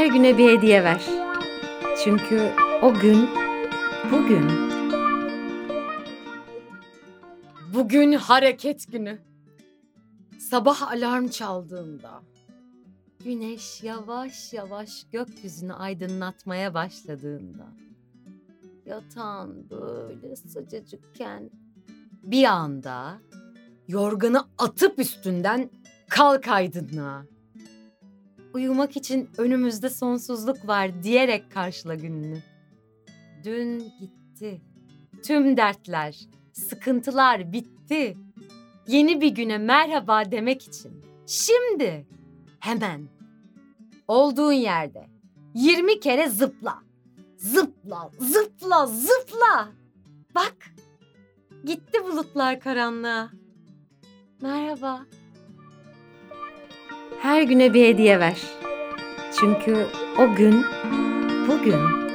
Her güne bir hediye ver. Çünkü o gün bugün. Bugün hareket günü. Sabah alarm çaldığında Güneş yavaş yavaş gökyüzünü aydınlatmaya başladığında, yatağın böyle sıcacıkken bir anda yorganı atıp üstünden kalk aydınlığa. uyumak için önümüzde sonsuzluk var diyerek karşıla gününü. Dün gitti. Tüm dertler, sıkıntılar bitti. Yeni bir güne merhaba demek için. Şimdi, hemen, olduğun yerde 20 kere zıpla. Zıpla, zıpla, zıpla. Bak, gitti bulutlar karanlığa. Merhaba. Her güne bir hediye ver. Çünkü o gün bugün.